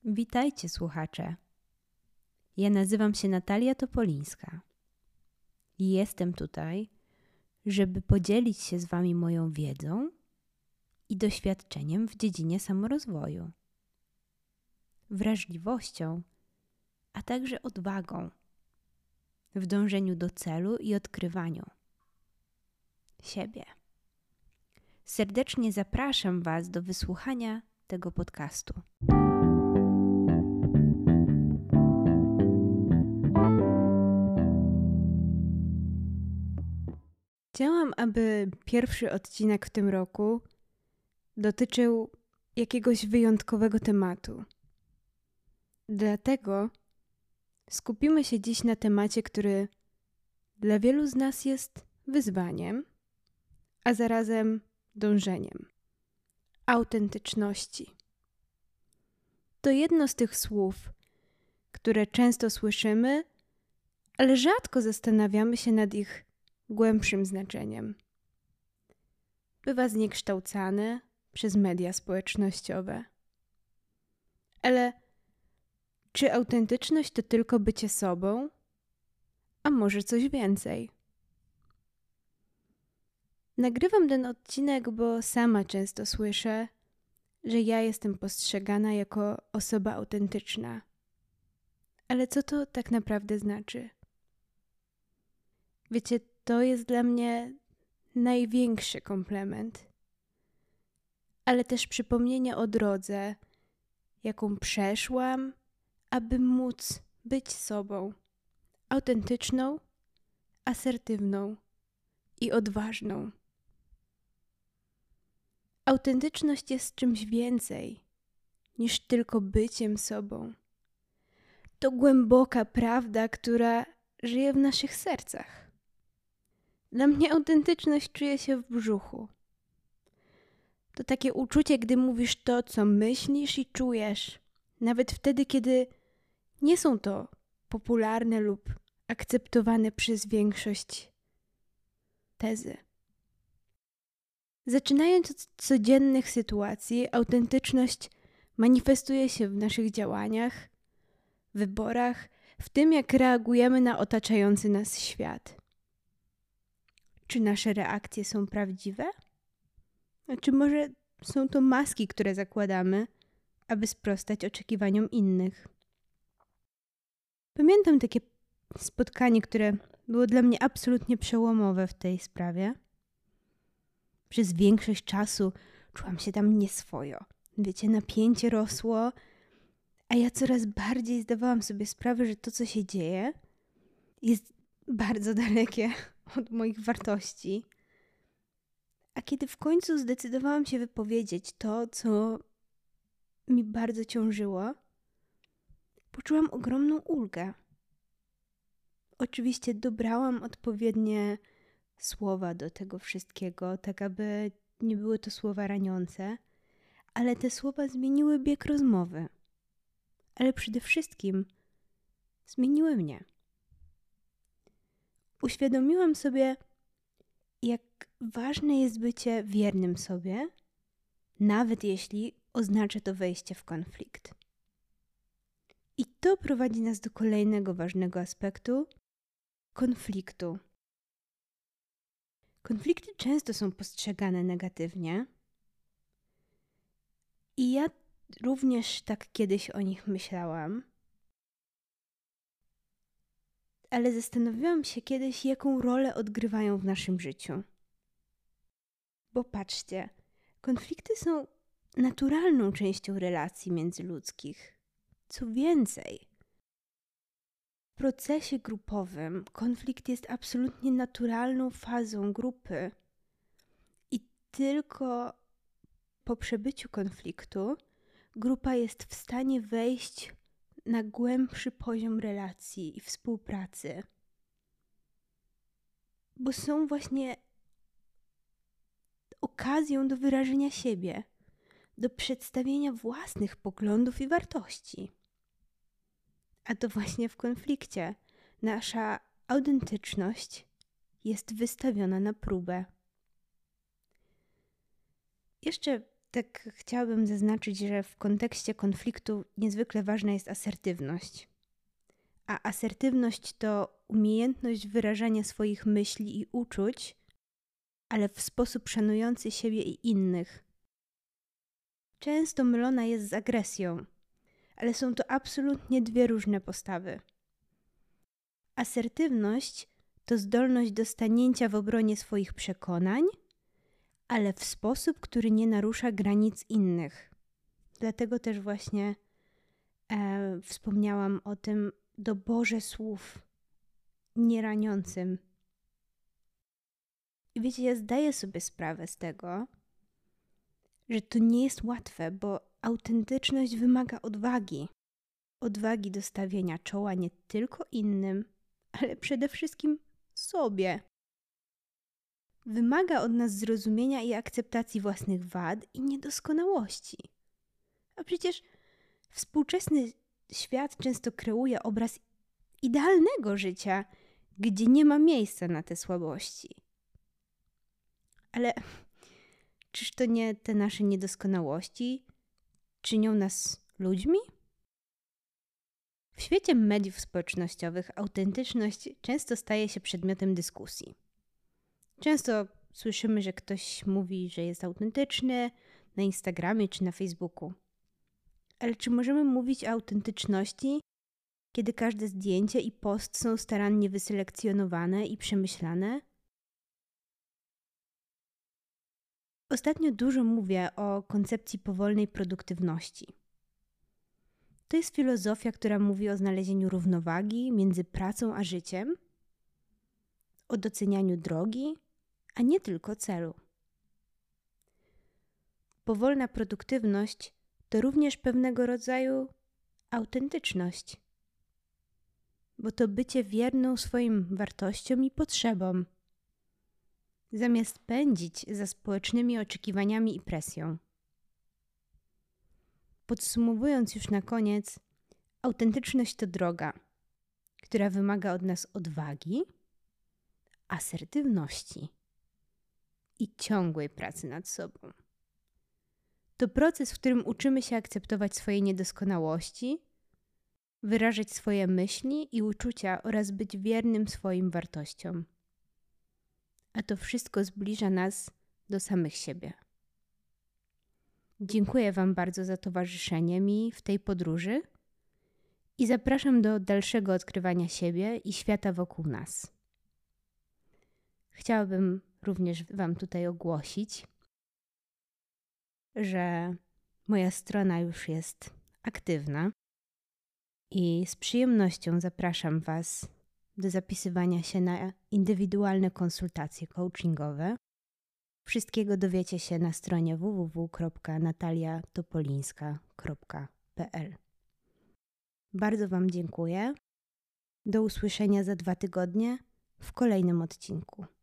Witajcie, słuchacze. Ja nazywam się Natalia Topolińska i jestem tutaj, żeby podzielić się z Wami moją wiedzą i doświadczeniem w dziedzinie samorozwoju, wrażliwością, a także odwagą w dążeniu do celu i odkrywaniu siebie. Serdecznie zapraszam Was do wysłuchania tego podcastu. Chciałam, aby pierwszy odcinek w tym roku dotyczył jakiegoś wyjątkowego tematu. Dlatego skupimy się dziś na temacie, który dla wielu z nas jest wyzwaniem, a zarazem dążeniem. Autentyczności. To jedno z tych słów, które często słyszymy, ale rzadko zastanawiamy się nad ich głębszym znaczeniem. Bywa zniekształcane przez media społecznościowe. Ale czy autentyczność to tylko bycie sobą? A może coś więcej? Nagrywam ten odcinek, bo sama często słyszę, że ja jestem postrzegana jako osoba autentyczna. Ale co to tak naprawdę znaczy? Wiecie, to jest dla mnie największy komplement, ale też przypomnienie o drodze, jaką przeszłam, aby móc być sobą, autentyczną, asertywną i odważną. Autentyczność jest czymś więcej niż tylko byciem sobą. To głęboka prawda, która żyje w naszych sercach. Dla mnie autentyczność czuje się w brzuchu. To takie uczucie, gdy mówisz to, co myślisz i czujesz, nawet wtedy, kiedy nie są to popularne lub akceptowane przez większość tezy. Zaczynając od codziennych sytuacji, autentyczność manifestuje się w naszych działaniach, wyborach, w tym jak reagujemy na otaczający nas świat. Czy nasze reakcje są prawdziwe? A czy może są to maski, które zakładamy, aby sprostać oczekiwaniom innych? Pamiętam takie spotkanie, które było dla mnie absolutnie przełomowe w tej sprawie. Przez większość czasu czułam się tam nieswojo. Wiecie, napięcie rosło, a ja coraz bardziej zdawałam sobie sprawę, że to, co się dzieje, jest bardzo dalekie od moich wartości. A kiedy w końcu zdecydowałam się wypowiedzieć to, co mi bardzo ciążyło, poczułam ogromną ulgę. Oczywiście dobrałam odpowiednie słowa do tego wszystkiego, tak aby nie były to słowa raniące, ale te słowa zmieniły bieg rozmowy. Ale przede wszystkim zmieniły mnie. Uświadomiłam sobie, jak ważne jest bycie wiernym sobie, nawet jeśli oznacza to wejście w konflikt. I to prowadzi nas do kolejnego ważnego aspektu konfliktu. Konflikty często są postrzegane negatywnie i ja również tak kiedyś o nich myślałam, ale zastanowiłam się kiedyś, jaką rolę odgrywają w naszym życiu. Bo patrzcie, konflikty są naturalną częścią relacji międzyludzkich. Co więcej, w procesie grupowym konflikt jest absolutnie naturalną fazą grupy i tylko po przebyciu konfliktu grupa jest w stanie wejść na głębszy poziom relacji i współpracy. Bo są właśnie okazją do wyrażenia siebie, do przedstawienia własnych poglądów i wartości. A to właśnie w konflikcie nasza autentyczność jest wystawiona na próbę. Jeszcze tak chciałabym zaznaczyć, że w kontekście konfliktu niezwykle ważna jest asertywność. A asertywność to umiejętność wyrażania swoich myśli i uczuć, ale w sposób szanujący siebie i innych. Często mylona jest z agresją, ale są to absolutnie dwie różne postawy. Asertywność to zdolność do stanięcia w obronie swoich przekonań, ale w sposób, który nie narusza granic innych. Dlatego też właśnie wspomniałam o tym doborze słów nieraniącym. I wiecie, ja zdaję sobie sprawę z tego, że to nie jest łatwe, bo autentyczność wymaga odwagi. Odwagi do stawienia czoła nie tylko innym, ale przede wszystkim sobie. Wymaga od nas zrozumienia i akceptacji własnych wad i niedoskonałości. A przecież współczesny świat często kreuje obraz idealnego życia, gdzie nie ma miejsca na te słabości. Ale czyż to nie te nasze niedoskonałości czynią nas ludźmi? W świecie mediów społecznościowych autentyczność często staje się przedmiotem dyskusji. Często słyszymy, że ktoś mówi, że jest autentyczny na Instagramie czy na Facebooku. Ale czy możemy mówić o autentyczności, kiedy każde zdjęcie i post są starannie wyselekcjonowane i przemyślane? Ostatnio dużo mówię o koncepcji powolnej produktywności. To jest filozofia, która mówi o znalezieniu równowagi między pracą a życiem, o docenianiu drogi, a nie tylko celu. Powolna produktywność to również pewnego rodzaju autentyczność, bo to bycie wierną swoim wartościom i potrzebom, zamiast pędzić za społecznymi oczekiwaniami i presją. Podsumowując już na koniec, autentyczność to droga, która wymaga od nas odwagi, asertywności i ciągłej pracy nad sobą. To proces, w którym uczymy się akceptować swoje niedoskonałości, wyrażać swoje myśli i uczucia oraz być wiernym swoim wartościom. A to wszystko zbliża nas do samych siebie. Dziękuję Wam bardzo za towarzyszenie mi w tej podróży i zapraszam do dalszego odkrywania siebie i świata wokół nas. Chciałabym również Wam tutaj ogłosić, że moja strona już jest aktywna i z przyjemnością zapraszam Was do zapisywania się na indywidualne konsultacje coachingowe. Wszystkiego dowiecie się na stronie www.nataliatopolińska.pl. Bardzo Wam dziękuję. Do usłyszenia za 2 tygodnie w kolejnym odcinku.